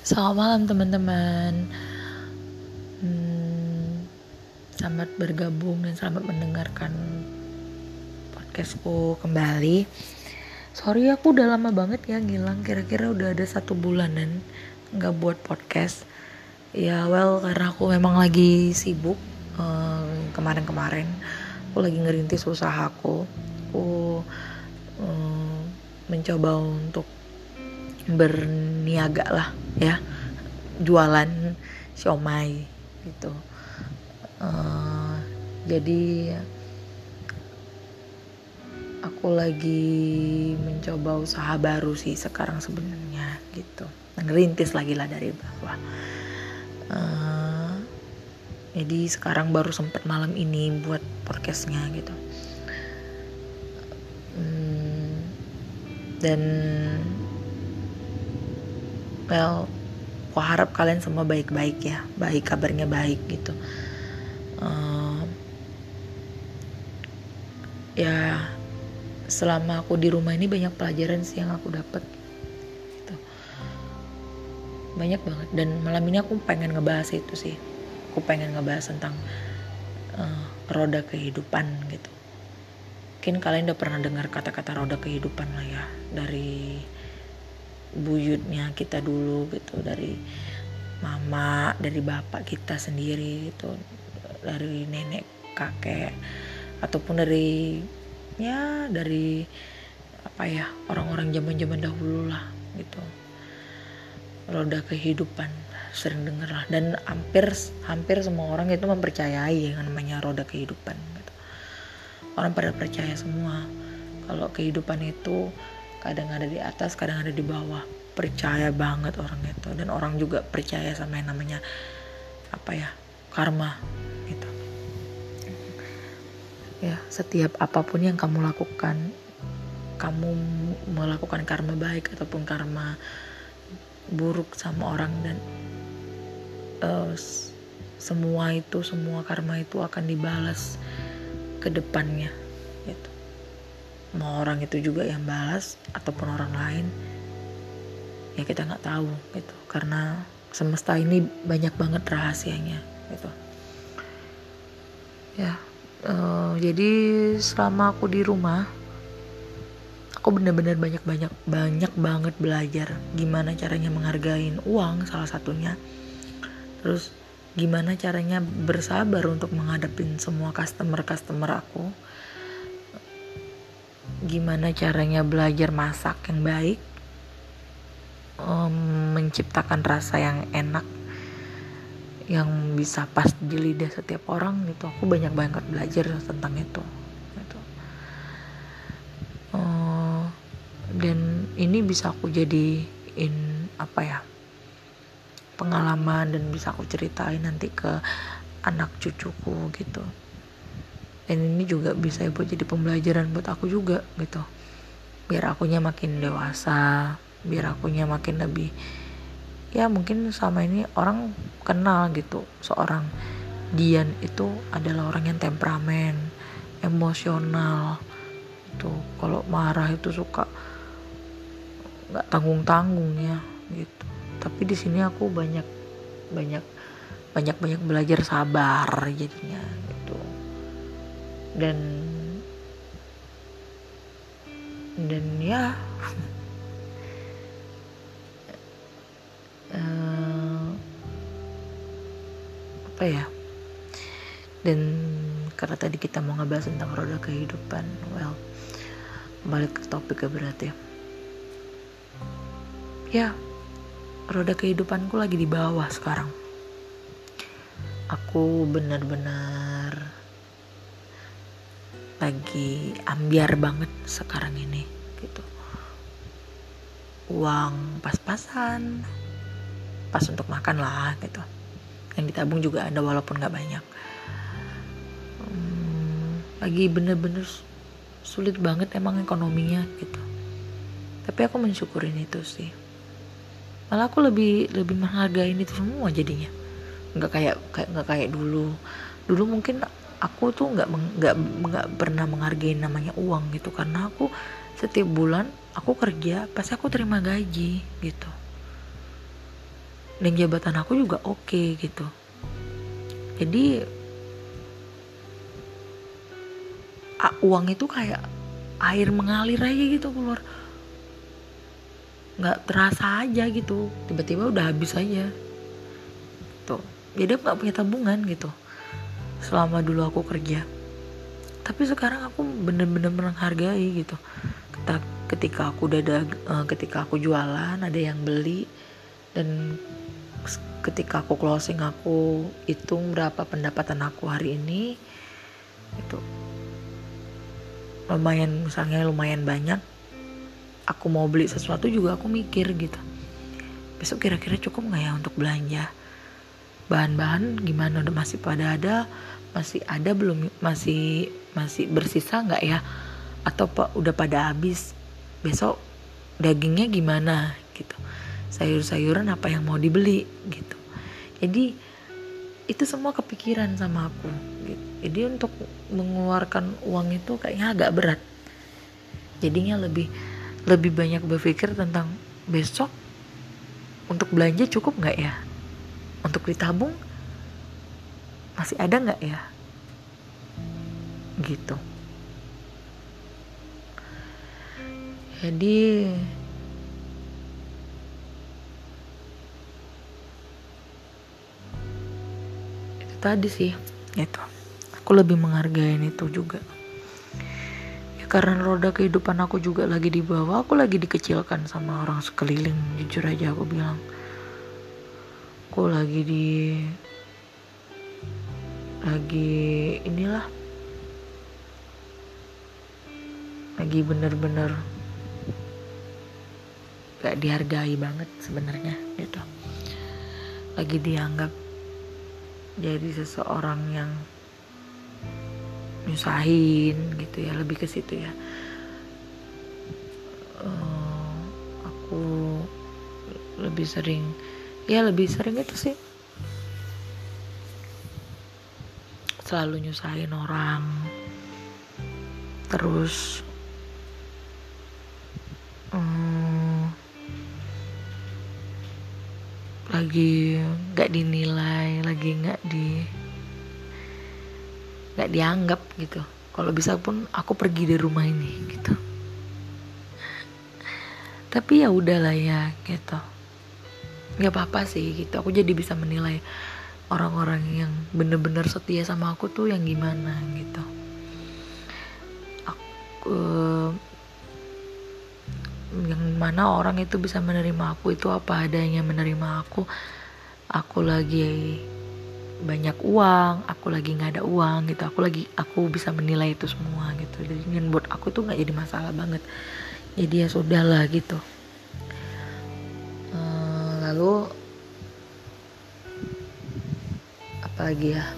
Selamat malam teman-teman. Selamat bergabung dan selamat mendengarkan podcastku kembali. Sorry aku udah lama banget ya ngilang. Kira-kira udah ada 1 bulanan nggak buat podcast. Ya karena aku memang lagi sibuk. Kemarin-kemarin aku lagi ngerintis usahaku. Aku mencoba untuk berniaga lah ya, jualan siomay gitu. Jadi aku lagi mencoba usaha baru sih sekarang sebenarnya gitu, ngerintis lagi lah dari bawah. Jadi sekarang baru sempat malam ini buat podcastnya gitu. Dan aku harap kalian semua baik-baik ya, kabarnya baik gitu. Ya selama aku di rumah ini banyak pelajaran sih yang aku dapat gitu. Banyak banget, dan malam ini aku pengen ngebahas itu sih. Aku pengen ngebahas tentang roda kehidupan gitu. Mungkin kalian udah pernah dengar kata-kata roda kehidupan lah ya, dari buyutnya kita dulu gitu, dari mama, dari bapak kita sendiri gitu, dari nenek kakek, ataupun dari orang-orang zaman dahulu lah gitu. Roda kehidupan sering denger lah, dan hampir semua orang itu mempercayai yang namanya roda kehidupan gitu. Orang pada percaya semua kalau kehidupan itu kadang ada di atas, kadang ada di bawah. Percaya banget orang itu, dan orang juga percaya sama yang namanya karma gitu. Ya, setiap apapun yang kamu lakukan, kamu melakukan karma baik ataupun karma buruk sama orang, dan semua karma itu akan dibalas ke depannya gitu. Mau orang itu juga yang balas ataupun orang lain, ya kita nggak tahu gitu, karena semesta ini banyak banget rahasianya gitu ya. Jadi selama aku di rumah, aku benar-benar banyak banget belajar gimana caranya menghargai uang, salah satunya. Terus gimana caranya bersabar untuk menghadapin semua customer aku. Gimana caranya belajar masak yang baik, menciptakan rasa yang enak yang bisa pas di lidah setiap orang gitu. Aku banyak banget belajar tentang itu gitu. Dan ini bisa aku jadiin pengalaman, dan bisa aku ceritain nanti ke anak cucuku gitu. Dan ini juga bisa buat jadi pembelajaran buat aku juga gitu, biar akunya makin dewasa, biar akunya makin lebih, ya mungkin sama ini orang kenal gitu, seorang Dian itu adalah orang yang temperamen, emosional gitu. Kalau marah itu suka nggak tanggung ya gitu. Tapi di sini aku banyak belajar sabar jadinya gitu. Dan ya dan karena tadi kita mau ngebahas tentang roda kehidupan, balik ke topik berarti ya, roda kehidupanku lagi di bawah sekarang. Aku benar-benar lagi ambiar banget sekarang ini gitu. Uang pas-pasan, pas untuk makan lah gitu. Yang ditabung juga ada walaupun gak banyak. Lagi bener-bener sulit banget emang ekonominya gitu. Tapi aku mensyukurin itu sih. Malah aku lebih menghargai itu semua jadinya. Nggak kayak dulu. Dulu mungkin aku tuh nggak pernah menghargai namanya uang gitu, karena aku setiap bulan aku kerja pasti aku terima gaji gitu. dan jabatan aku juga oke gitu. Jadi uang itu kayak air mengalir aja gitu keluar, nggak terasa aja gitu, tiba-tiba udah habis aja tuh. Jadi aku nggak punya tabungan gitu selama dulu aku kerja. Tapi sekarang aku bener-bener menghargai gitu. Ketika aku ketika aku jualan ada yang beli, dan ketika aku closing aku hitung berapa pendapatan aku hari ini itu lumayan banyak. Aku mau beli sesuatu juga aku mikir gitu, besok kira-kira cukup nggak ya untuk belanja, bahan-bahan gimana, udah masih ada belum, masih bersisa nggak ya, atau udah pada habis, besok dagingnya gimana gitu, sayur-sayuran apa yang mau dibeli gitu. Jadi itu semua kepikiran sama aku gitu. Jadi untuk mengeluarkan uang itu kayaknya agak berat, jadinya lebih banyak berpikir tentang besok untuk belanja cukup nggak ya, untuk ditabung masih ada nggak ya gitu. Jadi itu tadi sih gitu, aku lebih menghargai itu juga ya, karena roda kehidupan aku juga lagi di bawah, aku lagi dikecilkan sama orang sekeliling. Jujur aja aku bilang, aku lagi inilah, lagi bener-bener gak dihargai banget sebenarnya gitu, lagi dianggap jadi seseorang yang nyusahin gitu ya, lebih ke situ ya. Aku lebih sering itu sih, selalu nyusahin orang, terus lagi nggak dinilai, lagi nggak dianggap gitu. Kalau bisa pun aku pergi dari rumah ini gitu. Tapi ya udahlah ya gitu, nggak apa-apa sih gitu. Aku jadi bisa menilai orang-orang yang bener-bener setia sama aku tuh yang gimana gitu. Yang mana orang itu bisa menerima aku itu apa adanya, menerima aku lagi banyak uang, aku lagi nggak ada uang gitu, aku bisa menilai itu semua gitu. Jadi buat aku tuh nggak jadi masalah banget, jadi ya sudahlah gitu. Lalu apa lagi ya,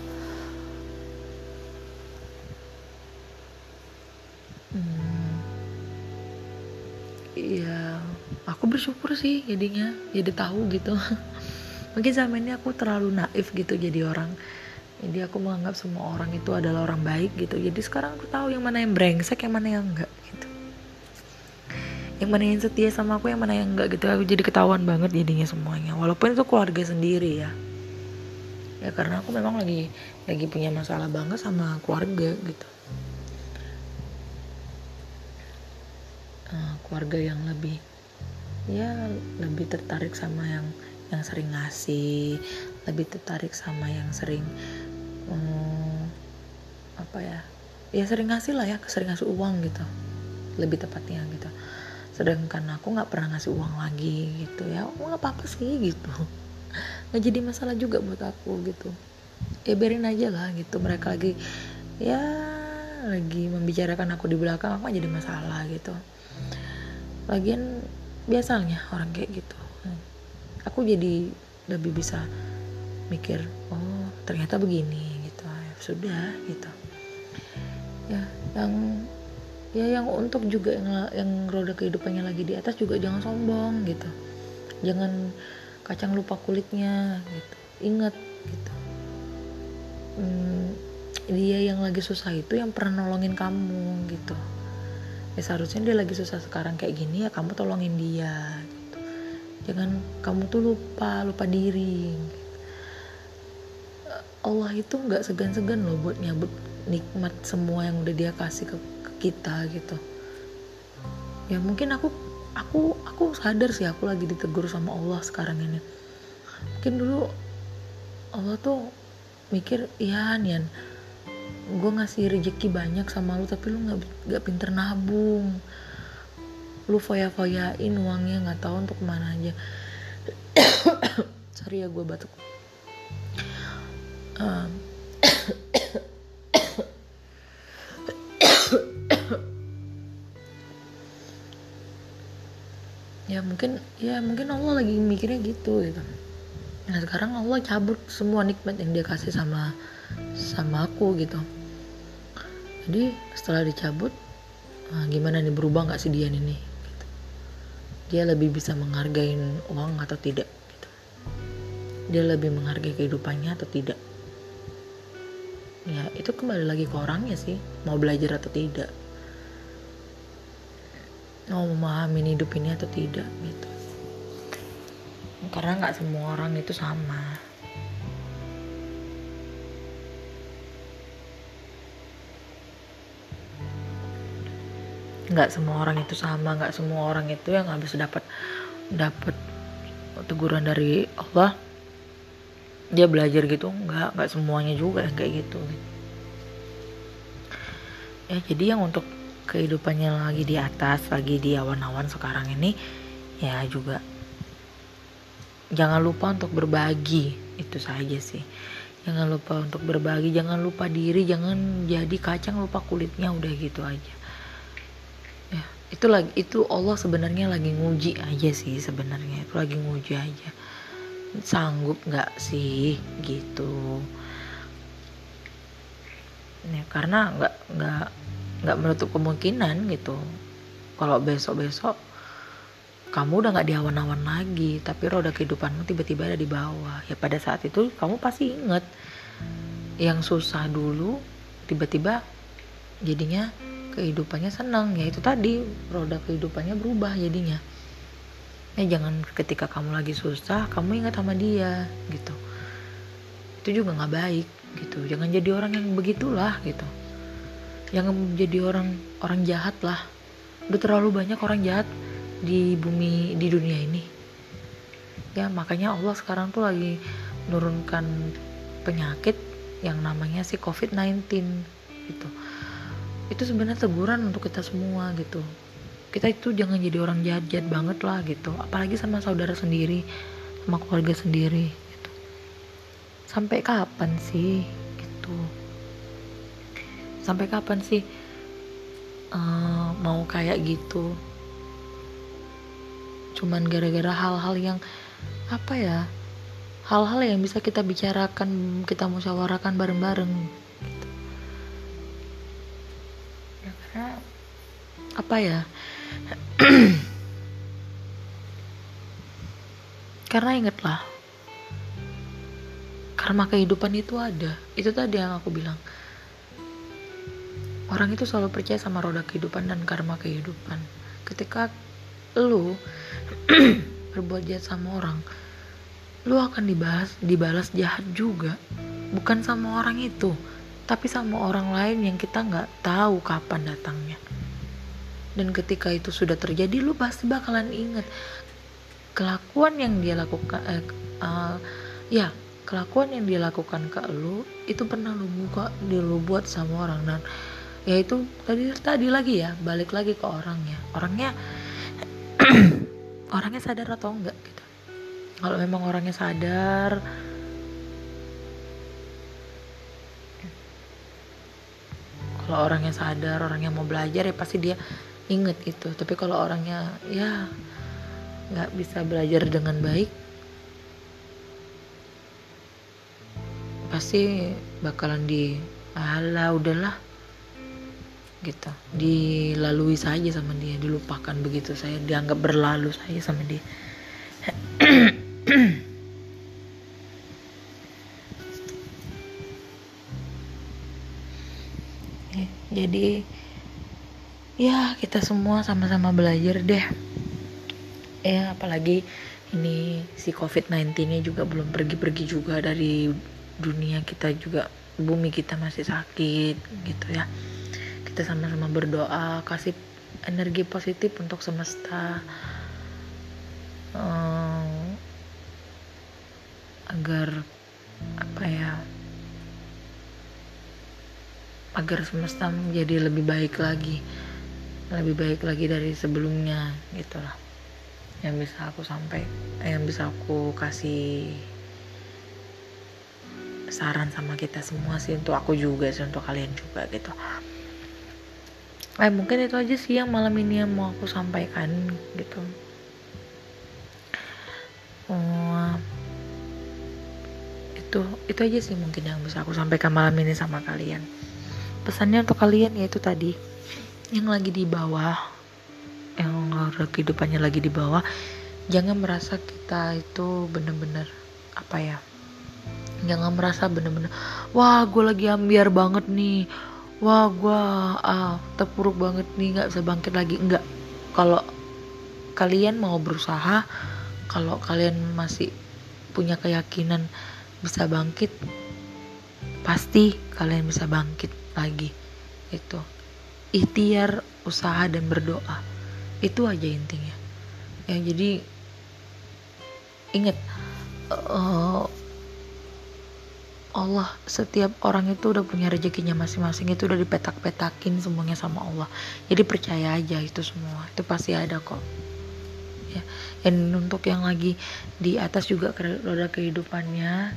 ya aku bersyukur sih jadinya, jadi tahu gitu. Mungkin selama ini aku terlalu naif gitu jadi orang, jadi aku menganggap semua orang itu adalah orang baik gitu. Jadi sekarang aku tahu yang mana yang brengsek, yang mana yang enggak gitu, yang mana yang setia sama aku, yang mana yang enggak gitu. Aku jadi ketahuan banget jadinya semuanya, walaupun itu keluarga sendiri ya karena aku memang lagi punya masalah banget sama keluarga gitu. Keluarga yang lebih tertarik sama yang sering ngasih, lebih tertarik sama yang sering sering ngasih lah ya, sering ngasih uang gitu lebih tepatnya gitu. Sedangkan aku nggak pernah ngasih uang lagi gitu ya. Nggak apa-apa sih gitu, nggak jadi masalah juga buat aku gitu. Ya biarin aja lah gitu, mereka lagi membicarakan aku di belakang, aku nggak jadi masalah gitu. Lagian biasanya orang kayak gitu, aku jadi lebih bisa mikir, oh ternyata begini gitu. Ya sudah gitu ya. Yang untuk juga yang roda kehidupannya lagi di atas juga jangan sombong gitu, jangan kacang lupa kulitnya gitu. Ingat gitu, dia yang lagi susah itu yang pernah nolongin kamu gitu. Ya seharusnya dia lagi susah sekarang kayak gini, ya kamu tolongin dia gitu. Jangan kamu tuh lupa diri. Allah itu nggak segan-segan loh buat nyabut nikmat semua yang udah dia kasih ke kita gitu. Ya mungkin aku sadar sih aku lagi ditegur sama Allah sekarang ini. Mungkin dulu Allah tuh mikir, iya Nian, gue ngasih rezeki banyak sama lu tapi lu nggak pinter nabung, lu foya-foyain uangnya nggak tahu untuk kemana aja. Sorry ya gue batuk. Ya mungkin Allah lagi mikirnya gitu. Nah sekarang Allah cabut semua nikmat yang dia kasih sama aku gitu. Jadi setelah dicabut, gimana nih, berubah nggak sih dia ini? Gitu. Dia lebih bisa menghargai uang atau tidak? Gitu. Dia lebih menghargai kehidupannya atau tidak? Ya itu kembali lagi ke orangnya sih, mau belajar atau tidak, mau memahami hidup ini atau tidak gitu. Karena nggak semua orang itu sama. Nggak semua orang itu sama, nggak semua orang itu yang habis dapat teguran dari Allah dia belajar gitu. Nggak semuanya juga yang kayak gitu. Ya jadi yang untuk kehidupannya lagi di atas, lagi di awan-awan sekarang ini, ya juga jangan lupa untuk berbagi, itu saja sih. Jangan lupa untuk berbagi, jangan lupa diri, jangan jadi kacang lupa kulitnya, udah gitu aja. Ya, itu Allah sebenarnya lagi nguji aja sih sebenarnya, itu lagi nguji aja. Sanggup nggak sih gitu. Ya, karena nggak menutup kemungkinan gitu. Kalau besok kamu udah nggak di awan-awan lagi, tapi roda kehidupanmu tiba-tiba ada di bawah. Ya pada saat itu kamu pasti inget yang susah dulu, tiba-tiba jadinya kehidupannya senang. Ya itu tadi, roda kehidupannya berubah jadinya. Jangan ketika kamu lagi susah kamu ingat sama dia gitu. Itu juga nggak baik gitu. Jangan jadi orang yang begitulah gitu. Jangan jadi orang jahat lah. Udah terlalu banyak orang jahat di bumi, di dunia ini. Ya makanya Allah sekarang tuh lagi menurunkan penyakit yang namanya si COVID-19 gitu. Itu sebenarnya teguran untuk kita semua gitu. Kita itu jangan jadi orang jahat banget lah gitu, apalagi sama saudara sendiri, sama keluarga sendiri gitu. Sampai kapan sih gitu? Sampai kapan sih mau kayak gitu? Cuman gara-gara hal-hal yang apa ya? Hal-hal yang bisa kita bicarakan, kita musyawarahkan bareng-bareng gitu. Ya karena apa ya? Karena ingatlah, karma kehidupan itu ada. Itu tadi yang aku bilang, orang itu selalu percaya sama roda kehidupan dan karma kehidupan. Ketika lu berbuat jahat sama orang, lu akan dibalas jahat juga. Bukan sama orang itu, tapi sama orang lain yang kita gak tahu kapan datangnya. Dan ketika itu sudah terjadi, lu pasti bakalan ingat kelakuan yang dia lakukan. Kelakuan yang dia lakukan ke lu itu pernah lu buat sama orang. Dan ya itu tadi lagi ya, balik lagi ke orangnya orangnya sadar atau enggak gitu. Kalau memang orangnya sadar, orangnya mau belajar, ya pasti dia inget itu. Tapi kalau orangnya ya nggak bisa belajar dengan baik, pasti bakalan udahlah gitu, dilalui saja sama dia, dilupakan begitu saya, dianggap berlalu saja sama dia. Jadi ya kita semua sama-sama belajar deh ya, apalagi ini si COVID-19 ini juga belum pergi-pergi juga dari dunia kita juga, bumi kita masih sakit gitu ya. Kita sama-sama berdoa, kasih energi positif untuk semesta, agar agar semesta menjadi lebih baik lagi dari sebelumnya gitulah. Yang bisa aku kasih saran sama kita semua sih, untuk aku juga sih, untuk kalian juga gitu. Mungkin itu aja sih yang malam ini yang mau aku sampaikan gitu. Itu aja sih mungkin yang bisa aku sampaikan malam ini sama kalian. Pesannya untuk kalian yaitu tadi, yang lagi di bawah, yang kehidupannya lagi di bawah, jangan merasa kita itu bener-bener jangan merasa bener-bener wah gue lagi ambiar banget nih, wah gue terpuruk banget nih, gak bisa bangkit lagi. Enggak. Kalau kalian mau berusaha, kalau kalian masih punya keyakinan bisa bangkit, pasti kalian bisa bangkit lagi. Itu ikhtiar, usaha, dan berdoa, itu aja intinya ya. Jadi ingat, Allah, setiap orang itu udah punya rezekinya masing-masing, itu udah dipetak-petakin semuanya sama Allah. Jadi percaya aja, itu semua itu pasti ada kok ya. Dan untuk yang lagi di atas juga roda kehidupannya,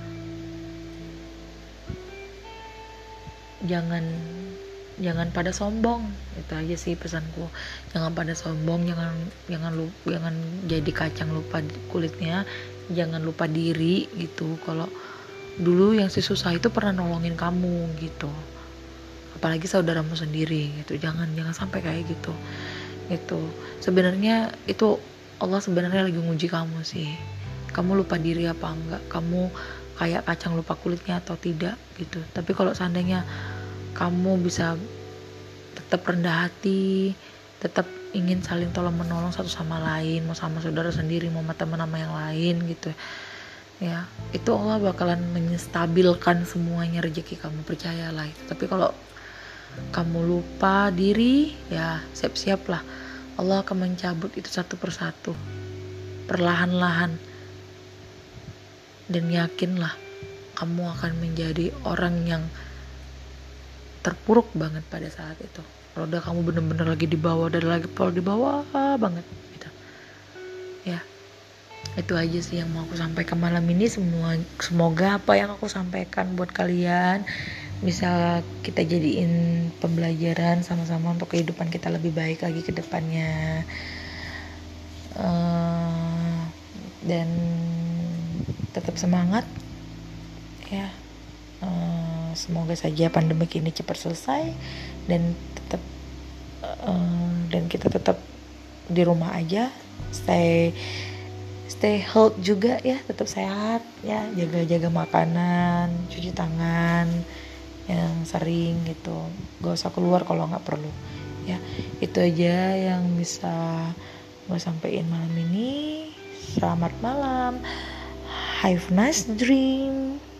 jangan pada sombong. Itu aja sih pesanku. Jangan pada sombong, jangan jadi kacang lupa kulitnya, jangan lupa diri gitu. Kalau dulu yang si susah itu pernah nolongin kamu gitu, apalagi saudaramu sendiri gitu, jangan sampai kayak gitu. Itu sebenarnya itu Allah sebenarnya lagi nguji kamu sih, kamu lupa diri apa enggak, kamu kayak kacang lupa kulitnya atau tidak gitu. Tapi kalau seandainya kamu bisa tetap rendah hati, tetap ingin saling tolong menolong satu sama lain, mau sama saudara sendiri, mau sama teman sama yang lain gitu ya, itu Allah bakalan menstabilkan semuanya rezeki kamu, percayalah itu. Tapi kalau kamu lupa diri, ya siap-siaplah Allah akan mencabut itu satu persatu, perlahan-lahan. Dan yakinlah kamu akan menjadi orang yang terpuruk banget pada saat itu. Roda kamu bener-bener lagi di bawah, dan lagi di bawah banget gitu ya. Itu aja sih yang mau aku sampaikan malam ini. Semoga apa yang aku sampaikan buat kalian bisa kita jadiin pembelajaran sama-sama untuk kehidupan kita lebih baik lagi ke depannya. Dan tetap semangat ya. Semoga saja pandemik ini cepat selesai dan kita tetap di rumah aja, stay health juga ya, tetap sehat ya, jaga makanan, cuci tangan yang sering gitu, gak usah keluar kalau nggak perlu ya. Itu aja yang bisa gue sampaikan malam ini. Selamat malam, have a nice dream.